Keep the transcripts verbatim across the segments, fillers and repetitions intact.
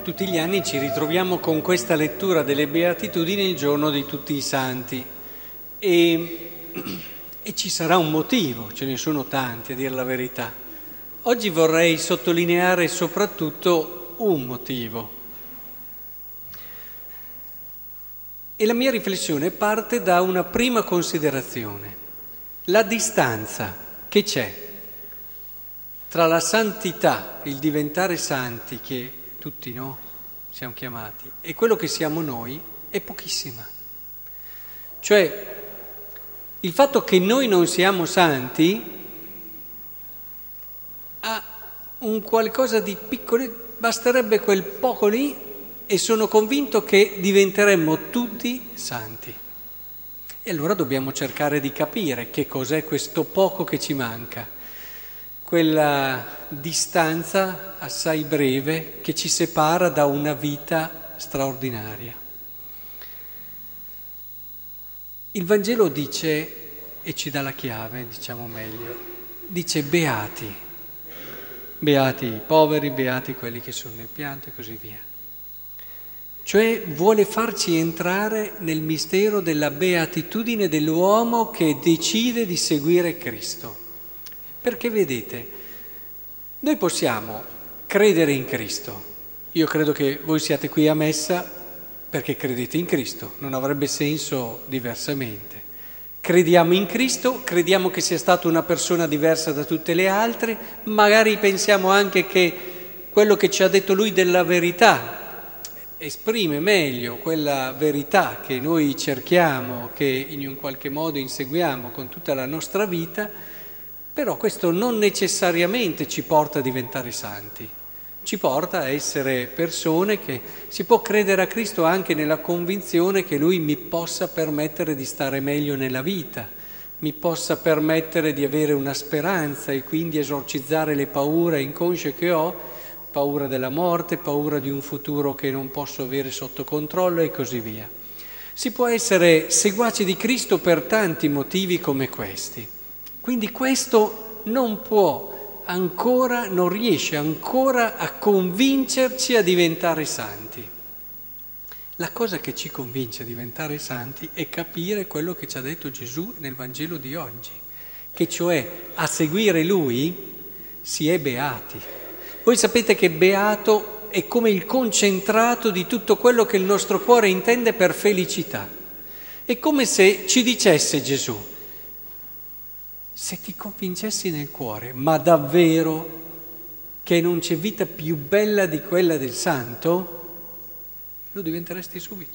tutti gli anni ci ritroviamo con questa lettura delle Beatitudini il giorno di tutti i santi e, e ci sarà un motivo, ce ne sono tanti a dire la verità. Oggi vorrei sottolineare soprattutto un motivo e la mia riflessione parte da una prima considerazione: la distanza che c'è tra la santità, il diventare santi, che tutti no, siamo chiamati, e quello che siamo noi è pochissima. Cioè, il fatto che noi non siamo santi ha un qualcosa di piccolo, basterebbe quel poco lì e sono convinto che diventeremmo tutti santi. E allora dobbiamo cercare di capire che cos'è questo poco che ci manca. Quella distanza assai breve che ci separa da una vita straordinaria. Il Vangelo dice, e ci dà la chiave, diciamo meglio, dice beati, beati i poveri, beati quelli che sono nel pianto e così via. Cioè vuole farci entrare nel mistero della beatitudine dell'uomo che decide di seguire Cristo. Perché vedete, noi possiamo credere in Cristo. Io credo che voi siate qui a messa perché credete in Cristo, non avrebbe senso diversamente. Crediamo in Cristo, crediamo che sia stata una persona diversa da tutte le altre, magari pensiamo anche che quello che ci ha detto Lui della verità esprime meglio quella verità che noi cerchiamo, che in un qualche modo inseguiamo con tutta la nostra vita. Però questo non necessariamente ci porta a diventare santi, ci porta a essere persone che si può credere a Cristo anche nella convinzione che Lui mi possa permettere di stare meglio nella vita, mi possa permettere di avere una speranza e quindi esorcizzare le paure inconsce che ho, paura della morte, paura di un futuro che non posso avere sotto controllo e così via. Si può essere seguaci di Cristo per tanti motivi come questi. Quindi questo non può ancora, non riesce ancora a convincerci a diventare santi. La cosa che ci convince a diventare santi è capire quello che ci ha detto Gesù nel Vangelo di oggi, che cioè a seguire Lui si è beati. Voi sapete che beato è come il concentrato di tutto quello che il nostro cuore intende per felicità. È come se ci dicesse Gesù: se ti convincessi nel cuore, ma davvero, che non c'è vita più bella di quella del santo, lo diventeresti subito.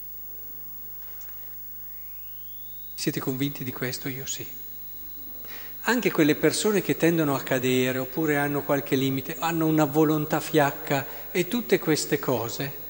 Siete convinti di questo? Io sì. Anche quelle persone che tendono a cadere, oppure hanno qualche limite, hanno una volontà fiacca e tutte queste cose,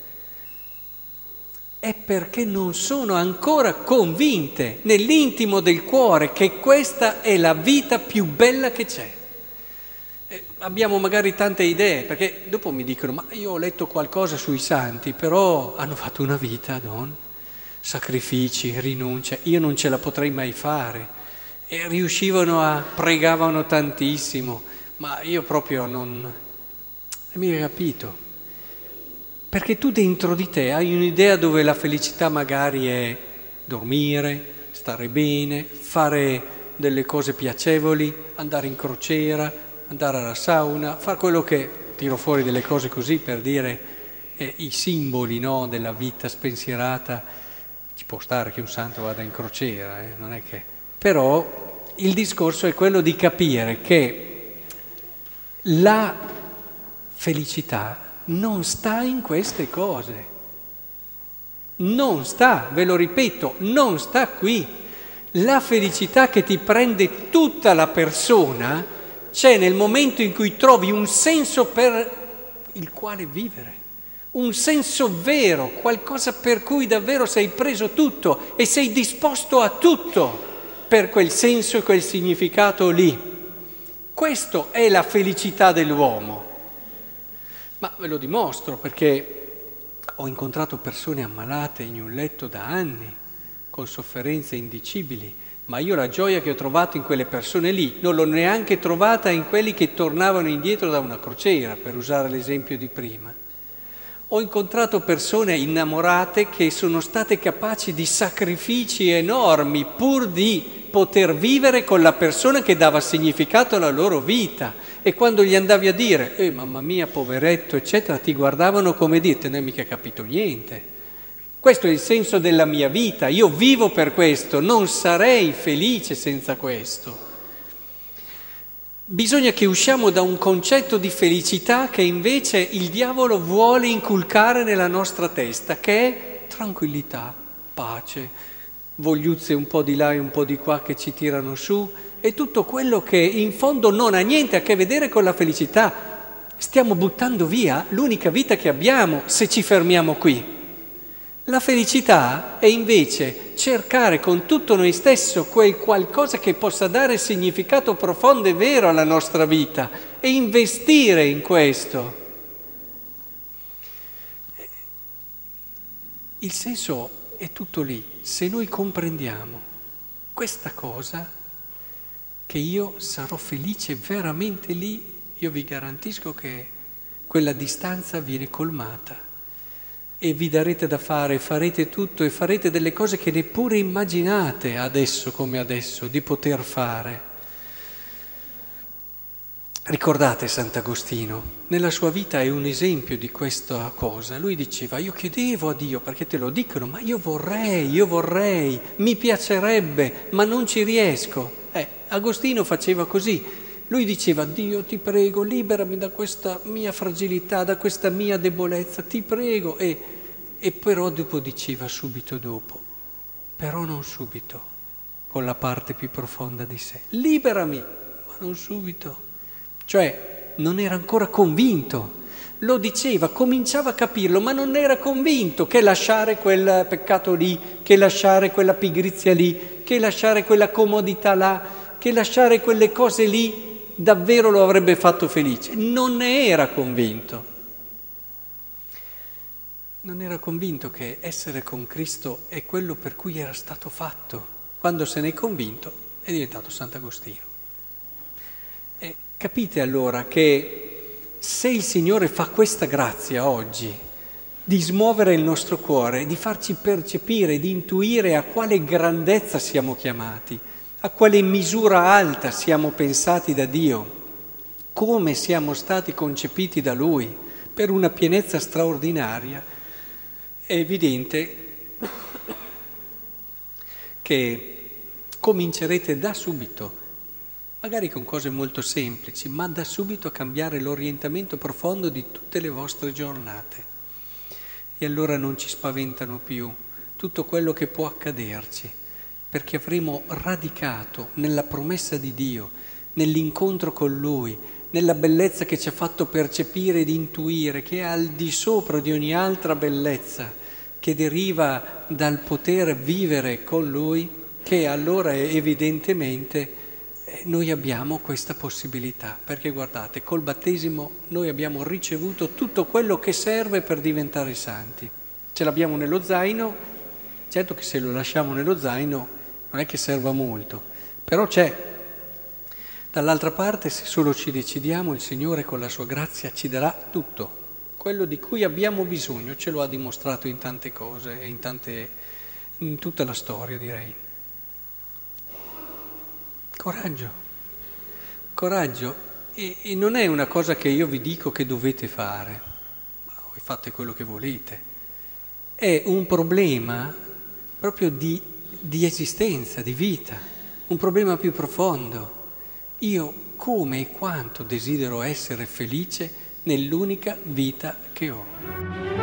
è perché non sono ancora convinte nell'intimo del cuore che questa è la vita più bella che c'è. Eh, abbiamo magari tante idee, perché dopo mi dicono: ma io ho letto qualcosa sui santi, però hanno fatto una vita, non? Sacrifici, rinunce, io non ce la potrei mai fare. E riuscivano a, pregavano tantissimo, ma io proprio non... mi hai capito? Perché tu dentro di te hai un'idea dove la felicità magari è dormire, stare bene, fare delle cose piacevoli, andare in crociera, andare alla sauna, fare quello che, tiro fuori delle cose così per dire eh, i simboli, no, della vita spensierata. Ci può stare che un santo vada in crociera, eh, non è che... Però il discorso è quello di capire che la felicità non sta in queste cose, non sta, ve lo ripeto, non sta qui. La felicità che ti prende tutta la persona c'è nel momento in cui trovi un senso per il quale vivere, un senso vero, qualcosa per cui davvero sei preso tutto e sei disposto a tutto per quel senso e quel significato lì. Questo è la felicità dell'uomo. Ma ve lo dimostro perché ho incontrato persone ammalate in un letto da anni, con sofferenze indicibili, ma io la gioia che ho trovato in quelle persone lì non l'ho neanche trovata in quelli che tornavano indietro da una crociera, per usare l'esempio di prima. Ho incontrato persone innamorate che sono state capaci di sacrifici enormi pur di poter vivere con la persona che dava significato alla loro vita. E quando gli andavi a dire, eh mamma mia, poveretto, eccetera, ti guardavano come dire, non hai mica capito niente. Questo è il senso della mia vita, io vivo per questo, non sarei felice senza questo. Bisogna che usciamo da un concetto di felicità che invece il diavolo vuole inculcare nella nostra testa, che è tranquillità, pace, vogliuzze un po' di là e un po' di qua che ci tirano su, e tutto quello che in fondo non ha niente a che vedere con la felicità. Stiamo buttando via l'unica vita che abbiamo se ci fermiamo qui. La felicità è invece cercare con tutto noi stesso quel qualcosa che possa dare significato profondo e vero alla nostra vita e investire in questo. Il senso è tutto lì. Se noi comprendiamo questa cosa, che io sarò felice veramente lì, io vi garantisco che quella distanza viene colmata. E vi darete da fare, farete tutto e farete delle cose che neppure immaginate adesso come adesso di poter fare. Ricordate Sant'Agostino, nella sua vita è un esempio di questa cosa. Lui diceva, io chiedevo a Dio, perché te lo dicono, ma io vorrei, io vorrei, mi piacerebbe, ma non ci riesco. Eh, Agostino faceva così. Lui diceva, Dio ti prego, liberami da questa mia fragilità, da questa mia debolezza, ti prego. E, e però dopo diceva subito dopo, però non subito, con la parte più profonda di sé. Liberami, ma non subito. Cioè non era ancora convinto. Lo diceva, cominciava a capirlo, ma non era convinto che lasciare quel peccato lì, che lasciare quella pigrizia lì, che lasciare quella comodità là, che lasciare quelle cose lì davvero lo avrebbe fatto felice. Non ne era convinto. Non era convinto che essere con Cristo è quello per cui era stato fatto. Quando se n'è convinto è diventato Sant'Agostino. E capite allora che se il Signore fa questa grazia oggi di smuovere il nostro cuore, di farci percepire, di intuire a quale grandezza siamo chiamati, a quale misura alta siamo pensati da Dio, come siamo stati concepiti da Lui per una pienezza straordinaria, è evidente che comincerete da subito, magari con cose molto semplici, ma da subito a cambiare l'orientamento profondo di tutte le vostre giornate. E allora non ci spaventano più tutto quello che può accaderci, perché avremo radicato nella promessa di Dio, nell'incontro con Lui, nella bellezza che ci ha fatto percepire ed intuire, che è al di sopra di ogni altra bellezza, che deriva dal poter vivere con Lui, che allora evidentemente noi abbiamo questa possibilità. Perché guardate, col battesimo noi abbiamo ricevuto tutto quello che serve per diventare santi. Ce l'abbiamo nello zaino, certo che se lo lasciamo nello zaino non è che serva molto, però c'è. Dall'altra parte, se solo ci decidiamo, il Signore con la sua grazia ci darà tutto. Quello di cui abbiamo bisogno ce lo ha dimostrato in tante cose e in, tante, in tutta la storia, direi. Coraggio, coraggio. E, e non è una cosa che io vi dico che dovete fare, ma voi fate quello che volete. È un problema proprio di, di esistenza, di vita, un problema più profondo. Io come e quanto desidero essere felice nell'unica vita che ho.